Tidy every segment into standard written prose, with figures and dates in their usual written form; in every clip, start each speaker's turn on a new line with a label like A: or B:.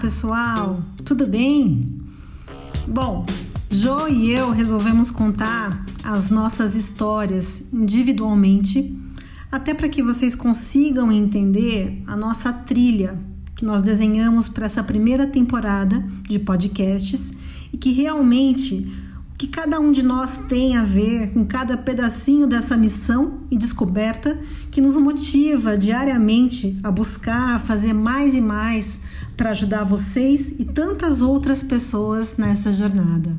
A: pessoal, tudo bem? Bom, Jo e eu resolvemos contar as nossas histórias individualmente, até para que vocês consigam entender a nossa trilha que nós desenhamos para essa primeira temporada de podcasts e que realmente o que cada um de nós tem a ver com cada pedacinho dessa missão e descoberta que nos motiva diariamente a buscar fazer mais e mais para ajudar vocês e tantas outras pessoas nessa jornada.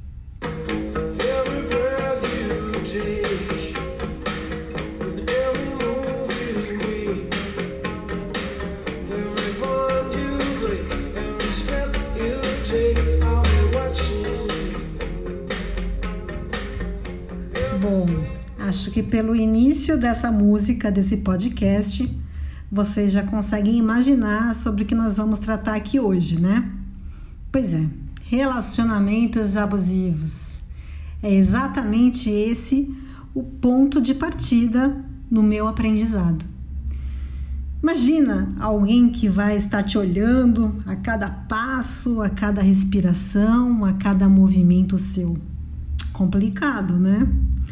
A: Bom, acho que pelo início dessa música, desse podcast, vocês já conseguem imaginar sobre o que nós vamos tratar aqui hoje, né? Pois é, relacionamentos abusivos. É exatamente esse o ponto de partida no meu aprendizado. Imagina alguém que vai estar te olhando a cada passo, a cada respiração, a cada movimento seu. Complicado, né?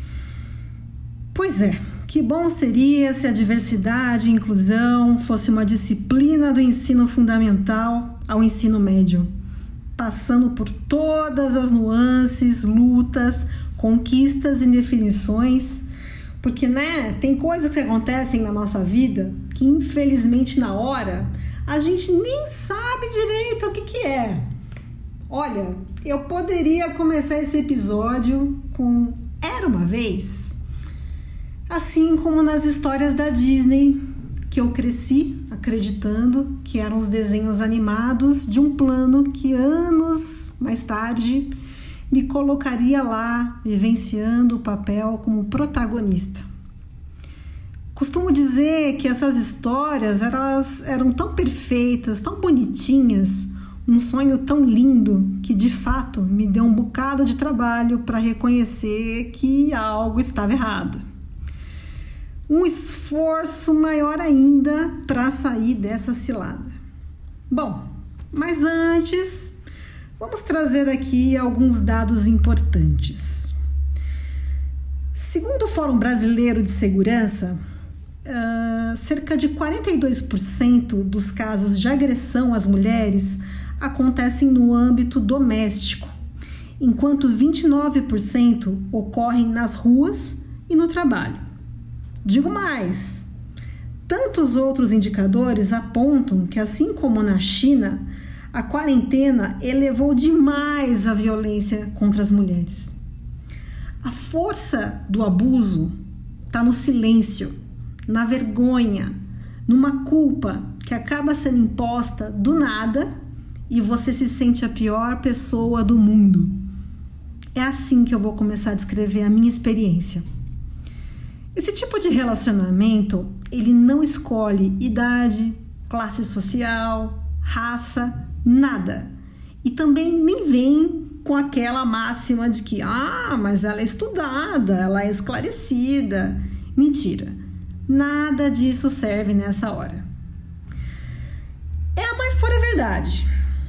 A: Pois é, que bom seria se a diversidade e inclusão fosse uma disciplina do ensino fundamental ao ensino médio, passando por todas as nuances, lutas, conquistas e definições, porque, né, tem coisas que acontecem na nossa vida que, infelizmente, na hora, a gente nem sabe direito o que é. Olha, eu poderia começar esse episódio com Era uma Vez, assim como nas histórias da Disney, que eu cresci acreditando que eram os desenhos animados de um plano que anos mais tarde me colocaria lá, vivenciando o papel como protagonista. Costumo dizer que essas histórias elas eram tão perfeitas, tão bonitinhas, um sonho tão lindo que de fato me deu um bocado de trabalho para reconhecer que algo estava errado. Um esforço maior ainda para sair dessa cilada. Bom, mas antes, vamos trazer aqui alguns dados importantes. Segundo o Fórum Brasileiro de Segurança, cerca de 42% dos casos de agressão às mulheres acontecem no âmbito doméstico, enquanto 29% ocorrem nas ruas e no trabalho. Digo mais, tantos outros indicadores apontam que, assim como na China, a quarentena elevou demais a violência contra as mulheres. A força do abuso está no silêncio, na vergonha, numa culpa que acaba sendo imposta do nada e você se sente a pior pessoa do mundo. É assim que eu vou começar a descrever a minha experiência. Esse tipo de relacionamento, ele não escolhe idade, classe social, raça, nada. E também nem vem com aquela máxima de que, mas ela é estudada, ela é esclarecida. Mentira, nada disso serve nessa hora. É a mais pura verdade.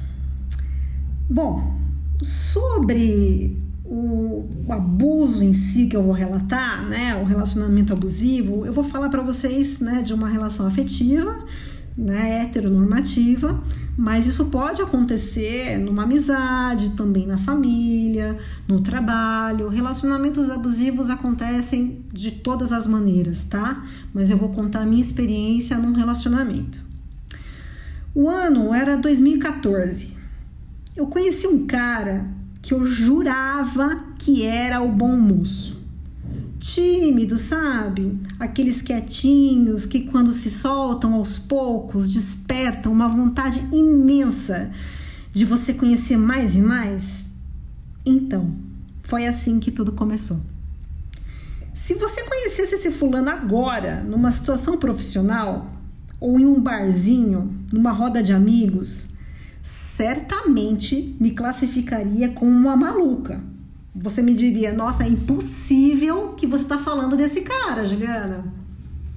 A: Bom, sobre o abuso em si que eu vou relatar, né, o relacionamento abusivo, eu vou falar para vocês, né, de uma relação afetiva, né, heteronormativa, mas isso pode acontecer numa amizade, também na família, no trabalho. Relacionamentos abusivos acontecem de todas as maneiras, tá? Mas eu vou contar a minha experiência num relacionamento. O ano era 2014. Eu conheci um cara que eu jurava que era o bom moço. Tímido, sabe? Aqueles quietinhos que quando se soltam aos poucos despertam uma vontade imensa de você conhecer mais e mais. Então, foi assim que tudo começou. Se você conhecesse esse fulano agora, numa situação profissional, ou em um barzinho, numa roda de amigos, certamente me classificaria como uma maluca. Você me diria, nossa, é impossível que você está falando desse cara, Juliana.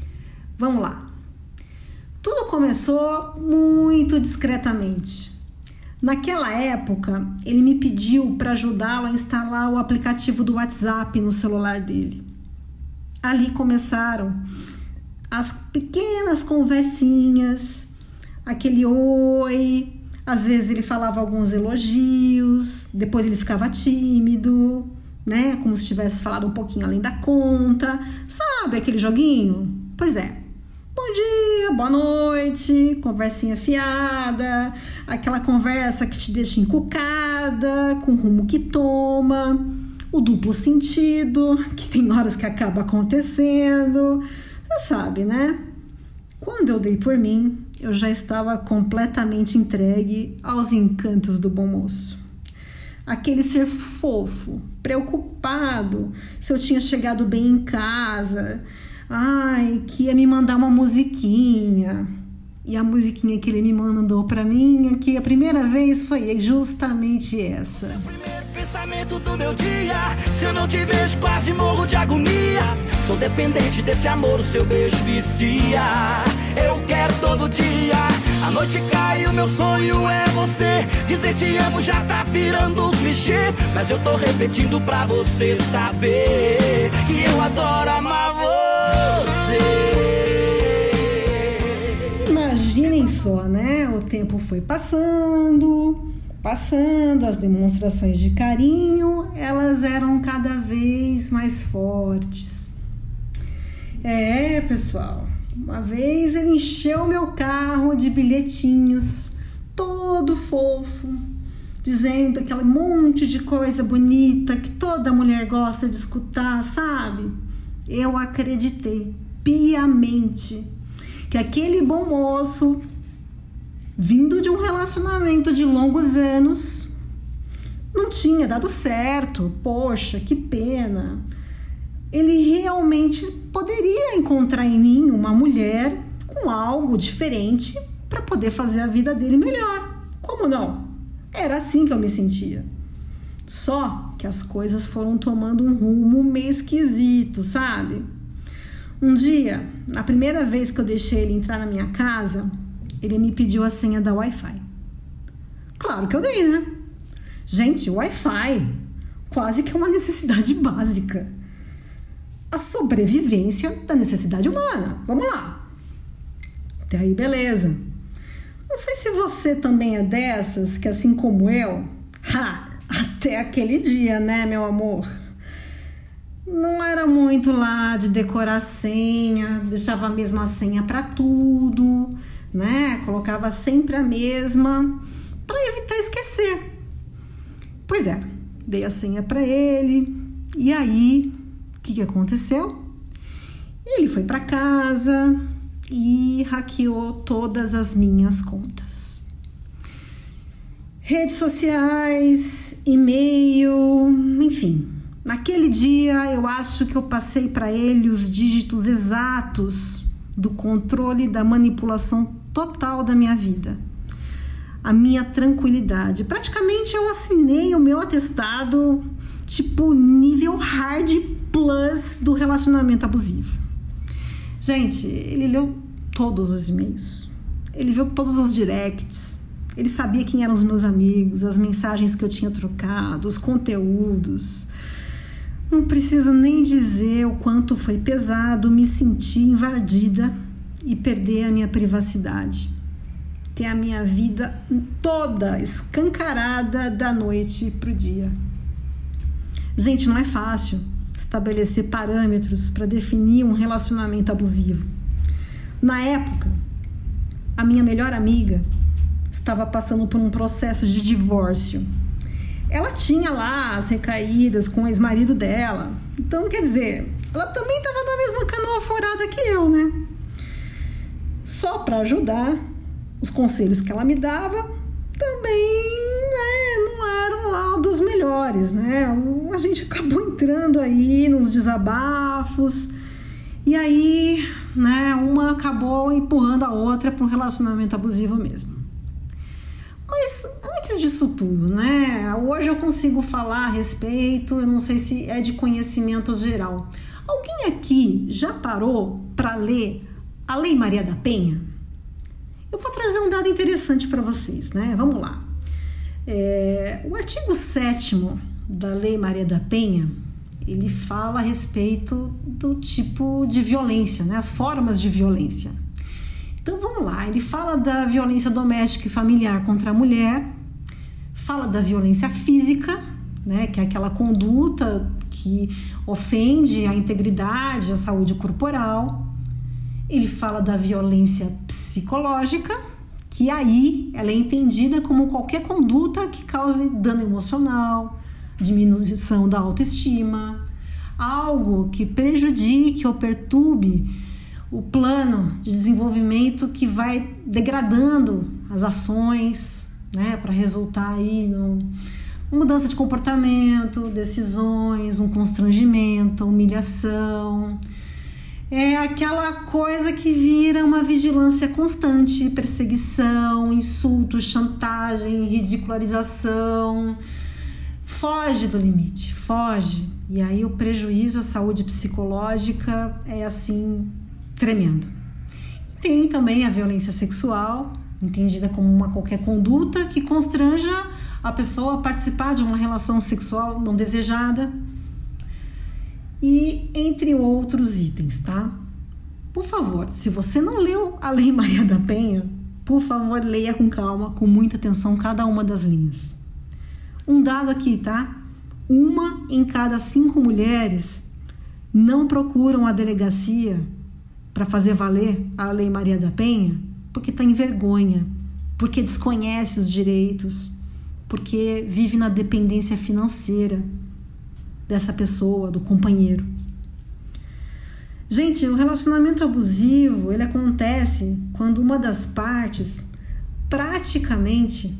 A: Vamos lá. Tudo começou muito discretamente. Naquela época, ele me pediu para ajudá-lo a instalar o aplicativo do WhatsApp no celular dele. Ali começaram as pequenas conversinhas, aquele oi, às vezes ele falava alguns elogios, depois ele ficava tímido, né? Como se tivesse falado um pouquinho além da conta. Sabe aquele joguinho? Pois é. Bom dia, boa noite, conversinha fiada, aquela conversa que te deixa encucada, com o rumo que toma, o duplo sentido, que tem horas que acaba acontecendo. Você sabe, né? Quando eu dei por mim, eu já estava completamente entregue aos encantos do bom moço. Aquele ser fofo, preocupado se eu tinha chegado bem em casa, que ia me mandar uma musiquinha. E a musiquinha que ele me mandou pra mim aqui a primeira vez foi justamente essa.
B: O primeiro pensamento do meu dia, se eu não te vejo quase morro de agonia. Sou dependente desse amor, o seu beijo vicia. Eu quero todo dia, a noite cai e o meu sonho é você. Dizer te amo já tá virando clichê, mas eu tô repetindo pra você saber que eu adoro amar você.
A: Imaginem só, né? O tempo foi passando, as demonstrações de carinho, elas eram cada vez mais fortes. Pessoal, uma vez ele encheu meu carro de bilhetinhos, todo fofo, dizendo aquele monte de coisa bonita que toda mulher gosta de escutar, sabe? Eu acreditei piamente que aquele bom moço, vindo de um relacionamento de longos anos, não tinha dado certo. Poxa, que pena. Ele realmente poderia encontrar em mim uma mulher com algo diferente para poder fazer a vida dele melhor. Como não? Era assim que eu me sentia. Só que as coisas foram tomando um rumo meio esquisito, sabe? Um dia, na primeira vez que eu deixei ele entrar na minha casa, ele me pediu a senha da Wi-Fi. Claro que eu dei, né? Gente, Wi-Fi quase que é uma necessidade básica. A sobrevivência da necessidade humana. Vamos lá. Até aí, beleza. Não sei se você também é dessas que, assim como eu, até aquele dia, né, meu amor? Não era muito lá de decorar a senha, deixava a mesma senha para tudo, né? Colocava sempre a mesma para evitar esquecer. Pois é, dei a senha para ele e aí, o que aconteceu? Ele foi para casa e hackeou todas as minhas contas. Redes sociais, e-mail, enfim. Naquele dia, eu acho que eu passei para ele os dígitos exatos do controle da manipulação total da minha vida. A minha tranquilidade. Praticamente eu assinei o meu atestado, tipo nível hard plus do relacionamento abusivo. Gente, ele leu todos os e-mails. Ele viu todos os directs. Ele sabia quem eram os meus amigos, as mensagens que eu tinha trocado, os conteúdos. Não preciso nem dizer o quanto foi pesado me sentir invadida e perder a minha privacidade. Ter a minha vida toda escancarada da noite pro dia. Gente, não é fácil estabelecer parâmetros para definir um relacionamento abusivo. Na época, a minha melhor amiga estava passando por um processo de divórcio. Ela tinha lá as recaídas com o ex-marido dela. Então, quer dizer, ela também estava na mesma canoa furada que eu, né? Só para ajudar, os conselhos que ela me dava também não eram lá dos melhores, né? A gente acabou entrando aí nos desabafos e aí, né, uma acabou empurrando a outra para um relacionamento abusivo mesmo. Mas antes disso tudo, né? Hoje eu consigo falar a respeito, eu não sei se é de conhecimento geral. Alguém aqui já parou para ler a Lei Maria da Penha? Eu vou trazer um dado interessante para vocês, né? Vamos lá. O artigo 7º da Lei Maria da Penha, ele fala a respeito do tipo de violência, né? As formas de violência. Então vamos lá, ele fala da violência doméstica e familiar contra a mulher, fala da violência física, né? Que é aquela conduta que ofende a integridade, a saúde corporal. Ele fala da violência psicológica, que aí ela é entendida como qualquer conduta que cause dano emocional, diminuição da autoestima, algo que prejudique ou perturbe o plano de desenvolvimento que vai degradando as ações, né, para resultar aí numa mudança de comportamento, decisões, um constrangimento, humilhação. É aquela coisa que vira uma vigilância constante, perseguição, insulto, chantagem, ridicularização. Foge do limite, foge. E aí o prejuízo à saúde psicológica é assim, tremendo. Tem também a violência sexual, entendida como uma qualquer conduta que constranja a pessoa a participar de uma relação sexual não desejada. E entre outros itens, tá? Por favor, se você não leu a Lei Maria da Penha, por favor, leia com calma, com muita atenção cada uma das linhas. Um dado aqui, tá? 1 em cada 5 mulheres não procuram a delegacia para fazer valer a Lei Maria da Penha porque está em vergonha, porque desconhece os direitos, porque vive na dependência financeira dessa pessoa, do companheiro. Gente, o relacionamento abusivo, ele acontece quando uma das partes praticamente,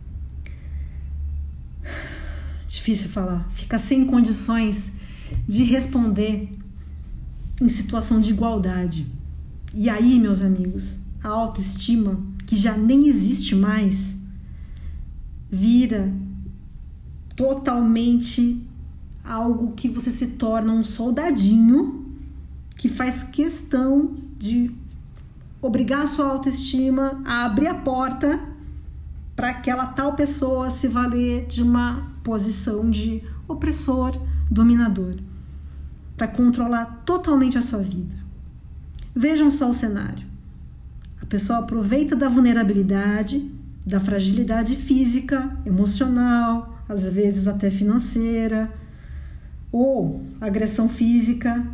A: difícil falar, fica sem condições de responder em situação de igualdade. E aí, meus amigos, a autoestima, que já nem existe mais, vira totalmente algo que você se torna um soldadinho que faz questão de obrigar a sua autoestima a abrir a porta para aquela tal pessoa se valer de uma posição de opressor, dominador, para controlar totalmente a sua vida. Vejam só o cenário. A pessoa aproveita da vulnerabilidade, da fragilidade física, emocional, às vezes até financeira, ou agressão física.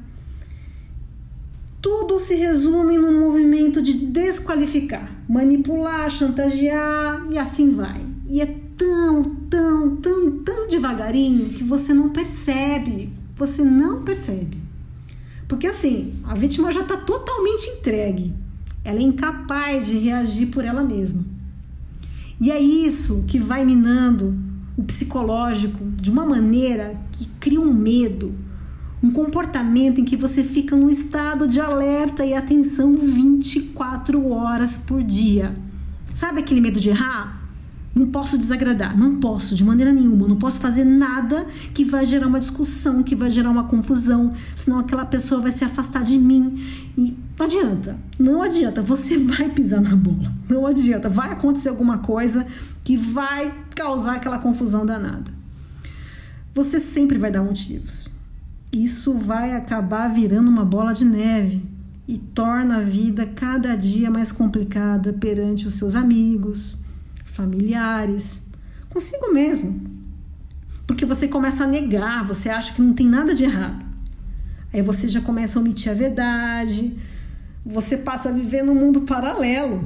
A: Tudo se resume num movimento de desqualificar, manipular, chantagear e assim vai. E é tão devagarinho que você não percebe. Você não percebe. Porque assim, a vítima já está totalmente entregue. Ela é incapaz de reagir por ela mesma. E é isso que vai minando o psicológico de uma maneira que cria um medo, um comportamento em que você fica num estado de alerta e atenção 24 horas por dia. Sabe aquele medo de errar? Não posso desagradar, não posso de maneira nenhuma, não posso fazer nada que vai gerar uma discussão, que vai gerar uma confusão, senão aquela pessoa vai se afastar de mim. E não adianta, você vai pisar na bola, não adianta, vai acontecer alguma coisa que vai causar aquela confusão danada. Você sempre vai dar motivos. Isso vai acabar virando uma bola de neve e torna a vida cada dia mais complicada perante os seus amigos, familiares, consigo mesmo. Porque você começa a negar, você acha que não tem nada de errado. Aí você já começa a omitir a verdade, você passa a viver num mundo paralelo,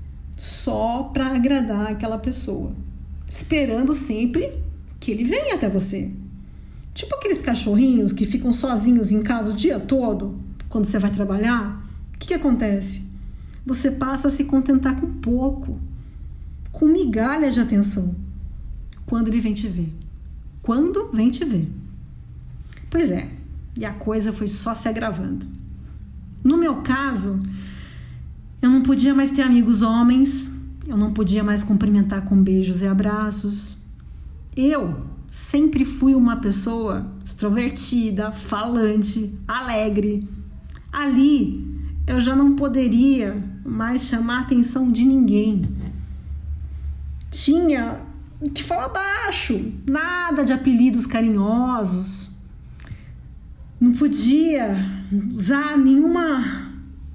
A: só para agradar aquela pessoa, esperando sempre que ele venha até você. Tipo aqueles cachorrinhos que ficam sozinhos em casa o dia todo, quando você vai trabalhar. O que acontece? Você passa a se contentar com pouco, com migalhas de atenção, quando ele vem te ver. Quando vem te ver. Pois é, e a coisa foi só se agravando. No meu caso, eu não podia mais ter amigos homens, eu não podia mais cumprimentar com beijos e abraços. Eu sempre fui uma pessoa extrovertida, falante, alegre. Ali, eu já não poderia mais chamar a atenção de ninguém. Tinha que fala baixo, nada de apelidos carinhosos. Não podia usar nenhuma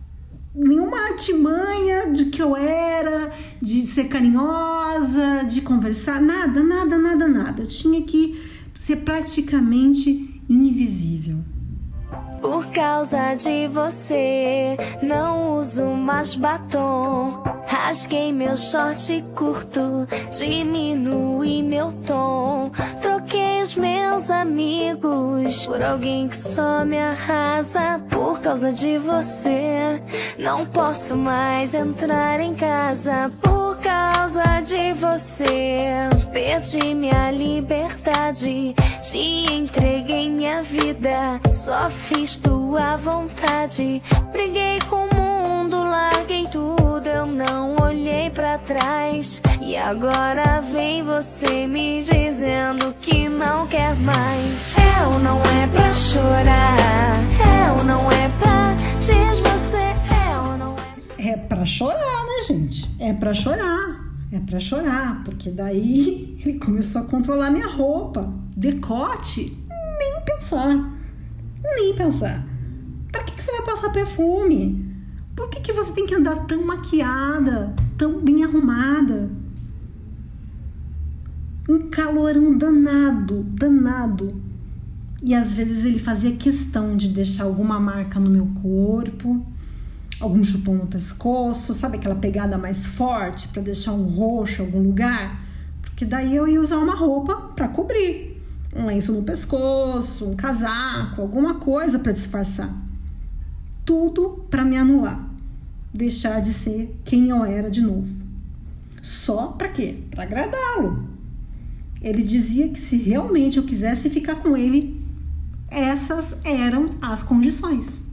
A: artimanha de que eu era, de ser carinhosa, de conversar, nada. Eu tinha que ser praticamente invisível.
C: Por causa de você, não uso mais batom. Rasguei meu short curto, diminui meu tom. Troquei os meus amigos por alguém que só me arrasa. Por causa de você, não posso mais entrar em casa. Por causa de você, perdi minha liberdade. Te entreguei minha vida, só fiz tua vontade. Briguei com o mundo, larguei tudo, eu não olhei pra trás. E agora vem você me dizendo que não quer mais. Eu não é pra chorar, eu não é pra diz você, eu não é.
A: É pra chorar, né, gente? É pra chorar, porque daí ele começou a controlar minha roupa, decote, nem pensar. Pra que você vai passar perfume? Por que você tem que andar tão maquiada, tão bem arrumada? Um calorão danado. E às vezes ele fazia questão de deixar alguma marca no meu corpo, algum chupão no pescoço, sabe aquela pegada mais forte para deixar um roxo em algum lugar? Porque daí eu ia usar uma roupa para cobrir, um lenço no pescoço, um casaco, alguma coisa para disfarçar. Tudo para me anular, deixar de ser quem eu era de novo. Só para quê? Para agradá-lo. Ele dizia que se realmente eu quisesse ficar com ele, essas eram as condições.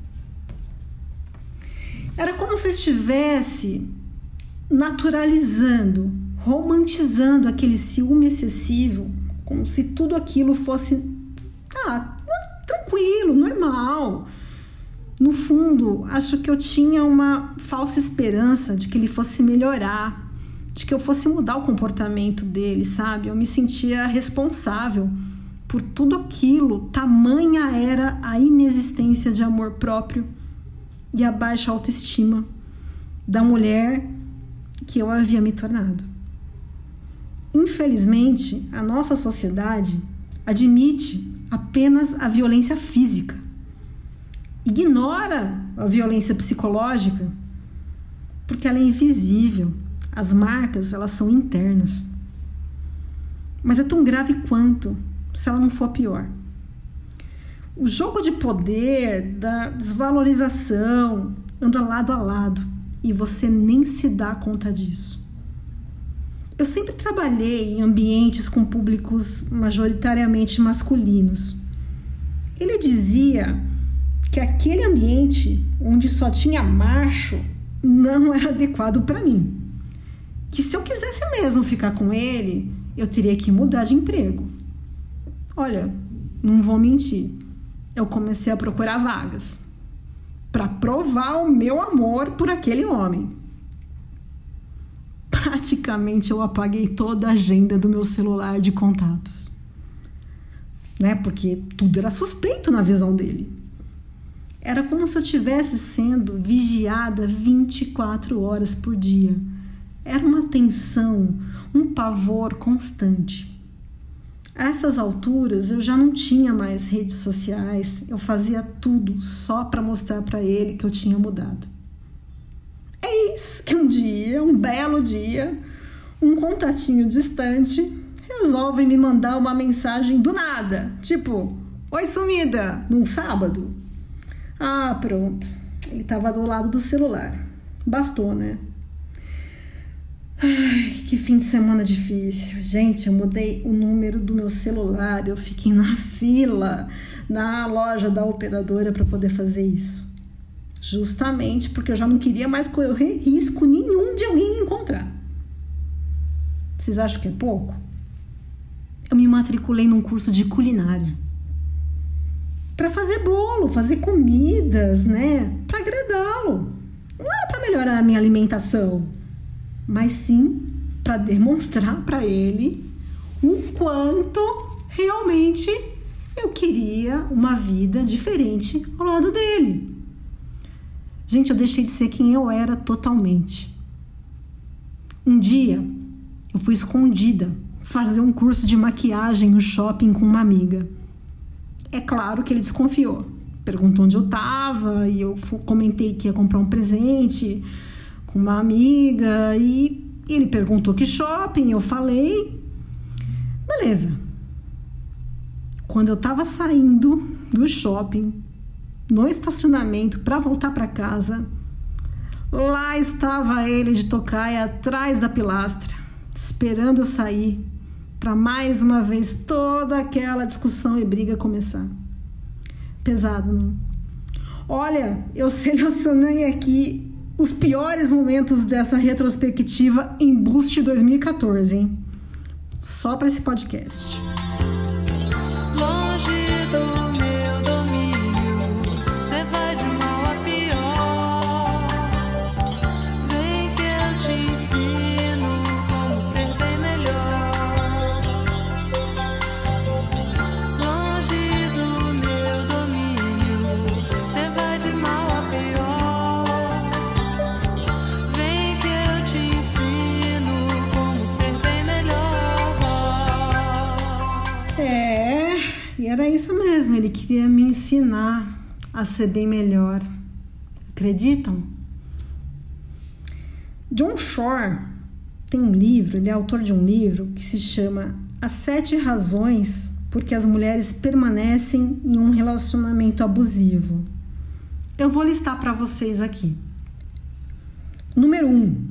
A: Era como se eu estivesse naturalizando, romantizando aquele ciúme excessivo, como se tudo aquilo fosse tranquilo, normal. No fundo, acho que eu tinha uma falsa esperança de que ele fosse melhorar, de que eu fosse mudar o comportamento dele, sabe? Eu me sentia responsável por tudo aquilo, tamanha era a inexistência de amor próprio e a baixa autoestima da mulher que eu havia me tornado. Infelizmente, a nossa sociedade admite apenas a violência física, ignora a violência psicológica, porque ela é invisível. As marcas, elas são internas. Mas é tão grave quanto, se ela não for pior. O jogo de poder, da desvalorização, anda lado a lado e você nem se dá conta disso. Eu sempre trabalhei em ambientes com públicos majoritariamente masculinos. Ele dizia que aquele ambiente onde só tinha macho não era adequado para mim. Que se eu quisesse mesmo ficar com ele, eu teria que mudar de emprego. Olha, não vou mentir. Eu comecei a procurar vagas para provar o meu amor por aquele homem. Praticamente eu apaguei toda a agenda do meu celular de contatos, né? Porque tudo era suspeito na visão dele. Era como se eu estivesse sendo vigiada 24 horas por dia. Era uma tensão, um pavor constante. A essas alturas, eu já não tinha mais redes sociais. Eu fazia tudo só para mostrar para ele que eu tinha mudado. Eis que um belo dia, um contatinho distante resolve me mandar uma mensagem do nada. Tipo, oi sumida, num sábado. Ah, pronto. Ele estava do lado do celular. Bastou, né? Ai, que fim de semana difícil. Gente, eu mudei o número do meu celular. Eu fiquei na fila, na loja da operadora para poder fazer isso. Justamente porque eu já não queria mais correr risco nenhum de alguém me encontrar. Vocês acham que é pouco? Eu me matriculei num curso de culinária. Para fazer bolo, fazer comidas, né? Para agradá-lo. Não era para melhorar a minha alimentação, mas sim para demonstrar para ele o quanto realmente eu queria uma vida diferente ao lado dele. Gente, eu deixei de ser quem eu era totalmente. Um dia, eu fui escondida fazer um curso de maquiagem no shopping com uma amiga. É claro que ele desconfiou. Perguntou onde eu estava e eu comentei que ia comprar um presente com uma amiga e ele perguntou que shopping, eu falei. Beleza. Quando eu estava saindo do shopping, no estacionamento para voltar para casa, lá estava ele de tocaia atrás da pilastra, esperando eu sair para mais uma vez toda aquela discussão e briga começar. Pesado, não? Olha, eu selecionei aqui os piores momentos dessa retrospectiva em Boost 2014, hein? Só para esse podcast.
D: Longe do meu domínio, cê vai de mal a pior. Vem que eu te ensino como ser bem melhor. Longe do meu domínio, cê vai de mal a pior. Vem que eu te ensino como ser bem melhor.
A: E era isso mesmo, ele queria me ensinar a ser bem melhor. Acreditam? John Shore tem um livro, ele é autor de um livro que se chama As 7 Razões porque as Mulheres Permanecem em um Relacionamento Abusivo. Eu vou listar para vocês aqui. Número 1.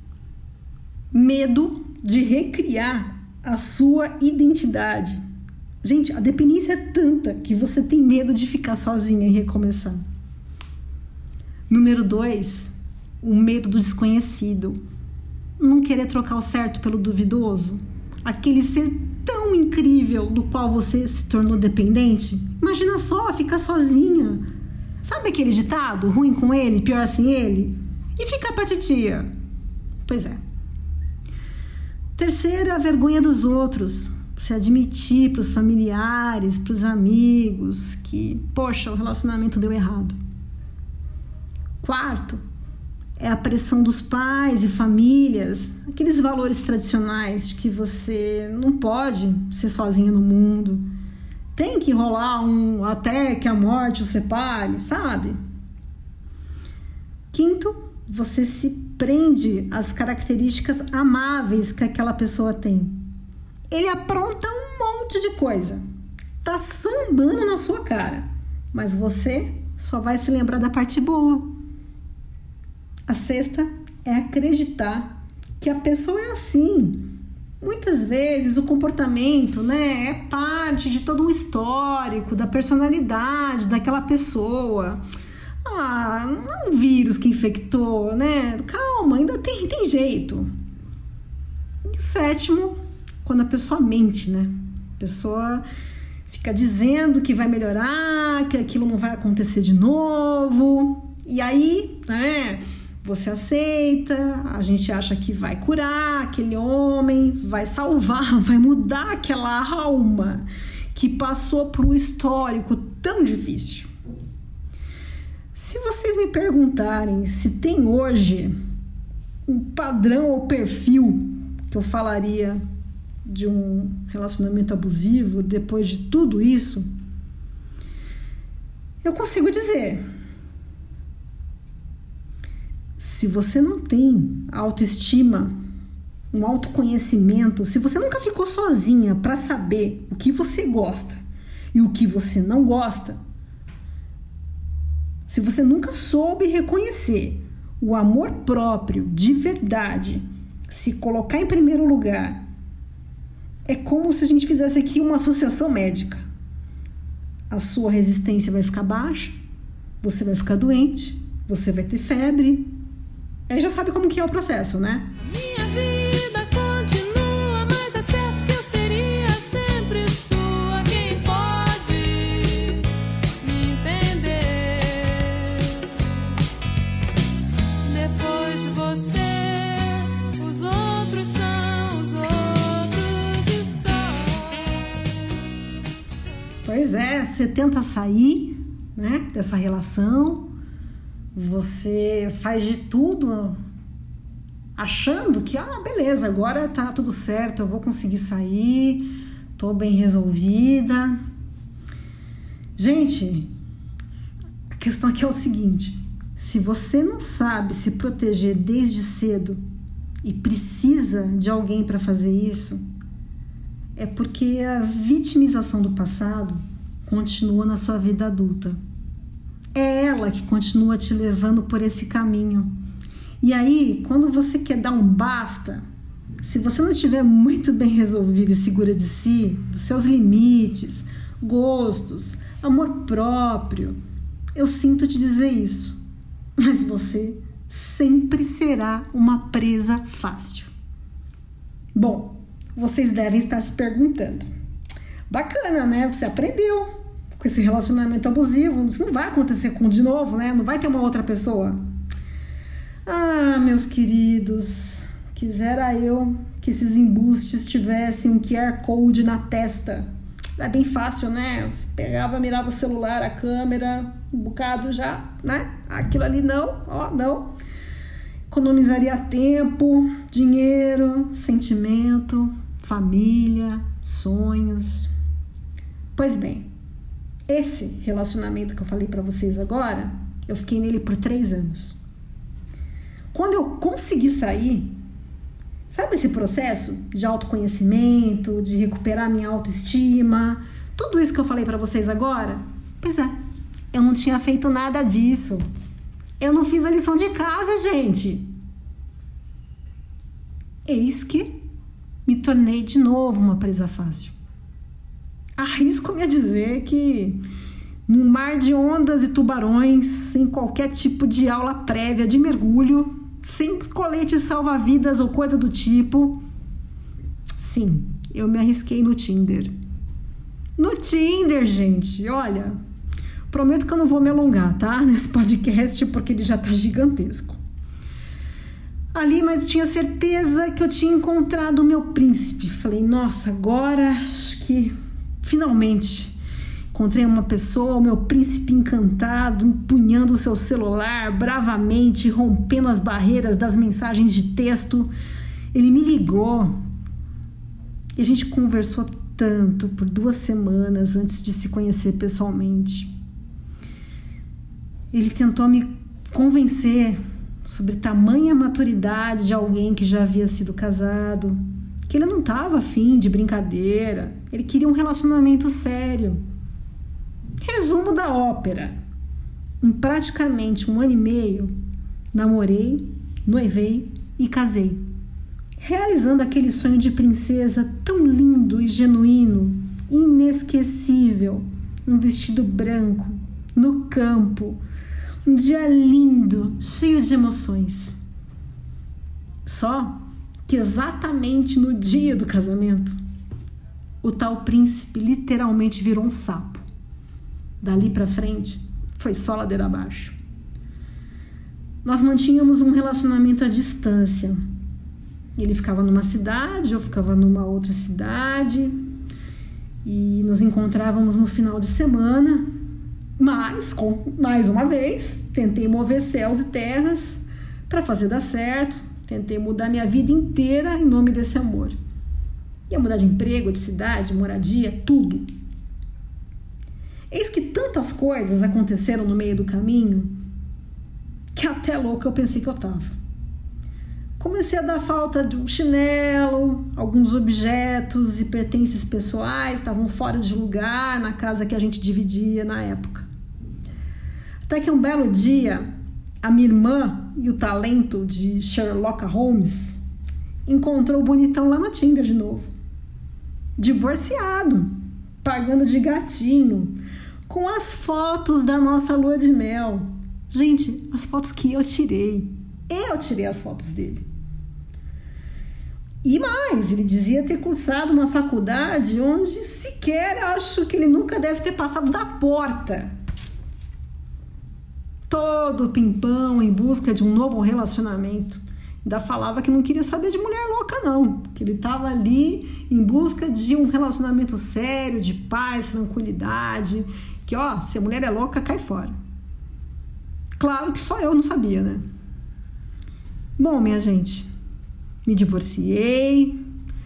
A: Medo de recriar a sua identidade. Gente, a dependência é tanta que você tem medo de ficar sozinha e recomeçar. Número 2, o medo do desconhecido. Não querer trocar o certo pelo duvidoso. Aquele ser tão incrível do qual você se tornou dependente. Imagina só, ficar sozinha. Sabe aquele ditado? Ruim com ele, pior sem ele? E ficar pra titia? Pois é. Terceira, a vergonha dos outros. Você admitir para os familiares, para os amigos que, poxa, o relacionamento deu errado. Quarto, é a pressão dos pais e famílias, aqueles valores tradicionais de que você não pode ser sozinha no mundo. Tem que rolar até que a morte o separe, sabe? Quinto, você se prende às características amáveis que aquela pessoa tem. Ele apronta um monte de coisa, tá sambando na sua cara, mas você só vai se lembrar da parte boa. A sexta é acreditar que a pessoa é assim. Muitas vezes o comportamento, é parte de todo um histórico, da personalidade daquela pessoa. Não é um vírus que infectou, Calma, ainda tem jeito. E o sétimo, quando a pessoa mente, A pessoa fica dizendo que vai melhorar, que aquilo não vai acontecer de novo. E aí, você aceita, a gente acha que vai curar aquele homem, vai salvar, vai mudar aquela alma que passou por um histórico tão difícil. Se vocês me perguntarem se tem hoje um padrão ou perfil que eu falaria de um relacionamento abusivo depois de tudo isso, eu consigo dizer: se você não tem autoestima, um autoconhecimento, se você nunca ficou sozinha para saber o que você gosta e o que você não gosta, se você nunca soube reconhecer o amor próprio de verdade, se colocar em primeiro lugar, é como se a gente fizesse aqui uma associação médica. A sua resistência vai ficar baixa, você vai ficar doente, você vai ter febre. Aí já sabe como que é o processo,
D: Minha vida continua, mas é certo que eu seria sempre sua. Quem pode me entender? Depois de você, os outros são
A: você tenta sair, né, dessa relação, você faz de tudo achando que, beleza, agora tá tudo certo, eu vou conseguir sair, tô bem resolvida. Gente, a questão aqui é o seguinte: se você não sabe se proteger desde cedo e precisa de alguém para fazer isso, é porque a vitimização do passado continua na sua vida adulta. É ela que continua te levando por esse caminho. E aí, quando você quer dar um basta, se você não estiver muito bem resolvida e segura de si, dos seus limites, gostos, amor próprio, eu sinto te dizer isso, mas você sempre será uma presa fácil. Bom, vocês devem estar se perguntando: bacana, né? Você aprendeu com esse relacionamento abusivo, isso não vai acontecer de novo, né? Não vai ter uma outra pessoa. Meus queridos, quisera eu que esses embustes tivessem um QR Code na testa. Era bem fácil, né? Você pegava, mirava o celular, a câmera, um bocado já, né? Aquilo ali não. Economizaria tempo, dinheiro, sentimento, família, sonhos. Pois bem, esse relacionamento que eu falei pra vocês agora, eu fiquei nele por 3 anos. Quando eu consegui sair, sabe esse processo de autoconhecimento, de recuperar minha autoestima, tudo isso que eu falei pra vocês agora? Pois é, eu não tinha feito nada disso. Eu não fiz a lição de casa, gente. Eis que me tornei de novo uma presa fácil. Arrisco-me a dizer que num mar de ondas e tubarões, sem qualquer tipo de aula prévia de mergulho, sem colete salva-vidas ou coisa do tipo, sim, eu me arrisquei no Tinder. No Tinder, gente, olha, prometo que eu não vou me alongar, tá? Nesse podcast, porque ele já tá gigantesco. Ali, mas eu tinha certeza que eu tinha encontrado o meu príncipe. Falei, nossa, agora acho que finalmente encontrei uma pessoa, o meu príncipe encantado, empunhando o seu celular bravamente, rompendo as barreiras das mensagens de texto. Ele me ligou e a gente conversou tanto por 2 semanas antes de se conhecer pessoalmente. Ele tentou me convencer sobre tamanha maturidade de alguém que já havia sido casado, que ele não estava afim de brincadeira, ele queria um relacionamento sério. Resumo da ópera: em praticamente 1 ano e meio, namorei, noivei e casei, realizando aquele sonho de princesa tão lindo e genuíno, inesquecível, um vestido branco, no campo, um dia lindo, cheio de emoções. Só que exatamente no dia do casamento, o tal príncipe literalmente virou um sapo. Dali pra frente, foi só ladeira abaixo. Nós mantínhamos um relacionamento à distância. Ele ficava numa cidade, eu ficava numa outra cidade. E nos encontrávamos no final de semana. Mas, mais uma vez, tentei mover céus e terras para fazer dar certo. Tentei mudar minha vida inteira em nome desse amor. Ia mudar de emprego, de cidade, moradia, tudo. Eis que tantas coisas aconteceram no meio do caminho que até louca eu pensei que eu tava. Comecei a dar falta de um chinelo, alguns objetos e pertences pessoais estavam fora de lugar na casa que a gente dividia na época. Até que um belo dia, a minha irmã e o talento de Sherlock Holmes encontrou o bonitão lá no Tinder de novo. Divorciado, pagando de gatinho, com as fotos da nossa lua de mel. Gente, as fotos que eu tirei. Eu tirei as fotos dele. E mais, ele dizia ter cursado uma faculdade onde sequer acho que ele nunca deve ter passado da porta. Todo pimpão em busca de um novo relacionamento. Ainda falava que não queria saber de mulher louca, não. Que ele estava ali em busca de um relacionamento sério, de paz, tranquilidade. Que, se a mulher é louca, cai fora. Claro que só eu não sabia, né? Bom, minha gente, me divorciei.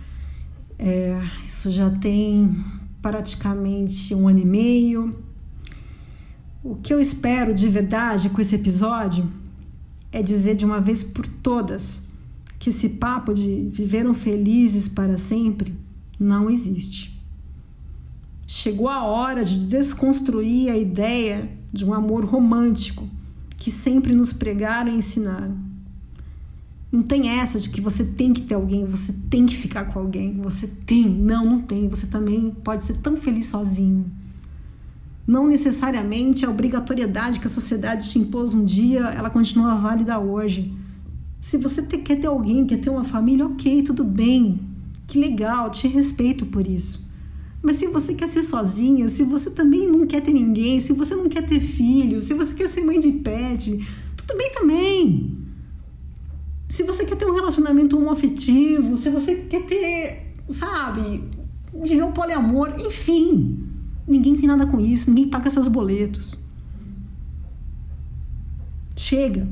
A: Isso já tem praticamente 1 ano e meio. O que eu espero de verdade com esse episódio é dizer de uma vez por todas que esse papo de viveram felizes para sempre não existe. Chegou a hora de desconstruir a ideia de um amor romântico que sempre nos pregaram e ensinaram. Não tem essa de que você tem que ter alguém, você tem que ficar com alguém, você tem. Não tem. Você também pode ser tão feliz sozinho. Não necessariamente a obrigatoriedade que a sociedade te impôs um dia, ela continua válida hoje. Se você quer ter alguém, quer ter uma família, ok, tudo bem. Que legal, te respeito por isso. Mas se você quer ser sozinha, se você também não quer ter ninguém, se você não quer ter filhos, se você quer ser mãe de pet, tudo bem também. Se você quer ter um relacionamento homoafetivo, se você quer ter, viver um poliamor, enfim. Ninguém tem nada com isso, ninguém paga seus boletos. Chega.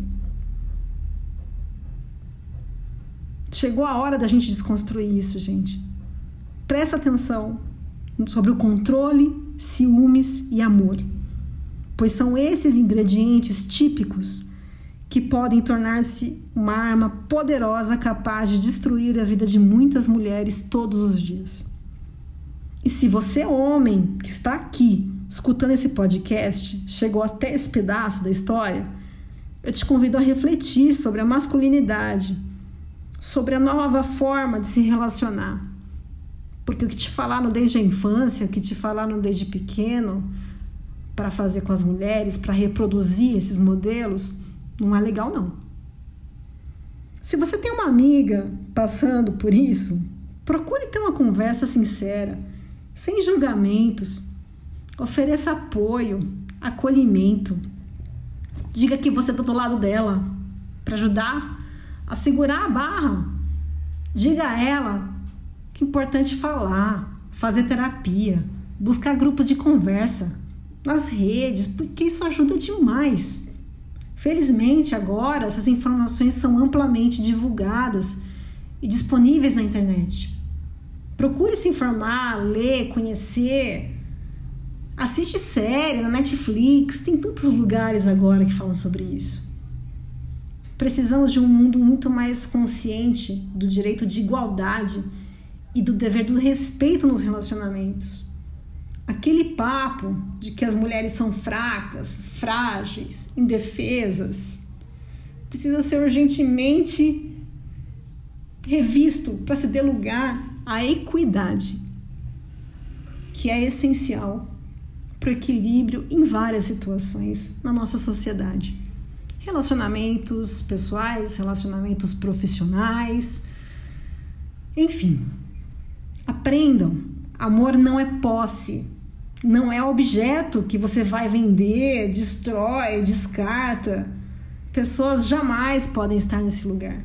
A: Chegou a hora da gente desconstruir isso, gente. Presta atenção sobre o controle, ciúmes e amor. Pois são esses ingredientes típicos que podem tornar-se uma arma poderosa capaz de destruir a vida de muitas mulheres todos os dias. E se você, homem, que está aqui, escutando esse podcast, chegou até esse pedaço da história, eu te convido a refletir sobre a masculinidade, sobre a nova forma de se relacionar. Porque o que te falaram desde a infância, o que te falaram desde pequeno, para fazer com as mulheres, para reproduzir esses modelos, não é legal, não. Se você tem uma amiga passando por isso, procure ter uma conversa sincera, sem julgamentos. Ofereça apoio, acolhimento. Diga que você está do lado dela para ajudar a segurar a barra. Diga a ela que é importante falar, fazer terapia, buscar grupos de conversa nas redes, porque isso ajuda demais. Felizmente, agora, essas informações são amplamente divulgadas e disponíveis na internet. Procure se informar, ler, conhecer. Assiste série na Netflix. Tem tantos lugares agora que falam sobre isso. Precisamos de um mundo muito mais consciente do direito de igualdade e do dever do respeito nos relacionamentos. Aquele papo de que as mulheres são fracas, frágeis, indefesas, precisa ser urgentemente revisto para se dar lugar à equidade, que é essencial para o equilíbrio em várias situações na nossa sociedade. Relacionamentos pessoais, relacionamentos profissionais, enfim. Aprendam, amor não é posse, não é objeto que você vai vender, destrói, descarta. Pessoas jamais podem estar nesse lugar.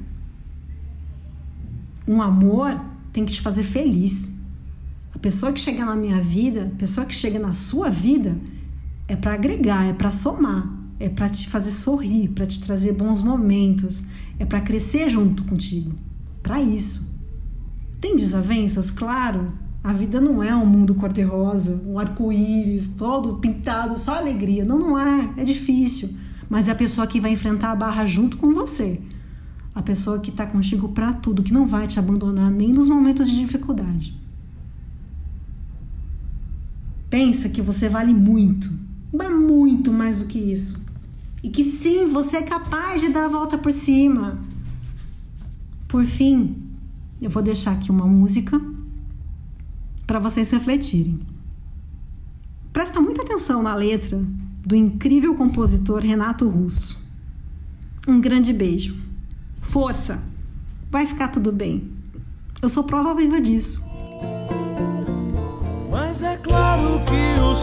A: Um amor tem que te fazer feliz. A pessoa que chega na minha vida, a pessoa que chega na sua vida, é para agregar, é para somar, é para te fazer sorrir, para te trazer bons momentos, é para crescer junto contigo. Para isso. Tem desavenças? Claro. A vida não é um mundo cor-de-rosa, um arco-íris, todo pintado, só alegria. Não é. É difícil. Mas é a pessoa que vai enfrentar a barra junto com você. A pessoa que está contigo para tudo, que não vai te abandonar nem nos momentos de dificuldade. Pensa que você vale muito, mas muito mais do que isso. E que sim, você é capaz de dar a volta por cima. Por fim, eu vou deixar aqui uma música para vocês refletirem. Presta muita atenção na letra do incrível compositor Renato Russo. Um grande beijo. Força! Vai ficar tudo bem. Eu sou prova viva disso.
B: Mas é claro que o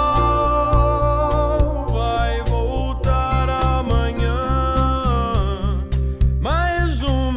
B: sol vai voltar amanhã. Mais um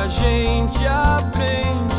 E: a gente aprende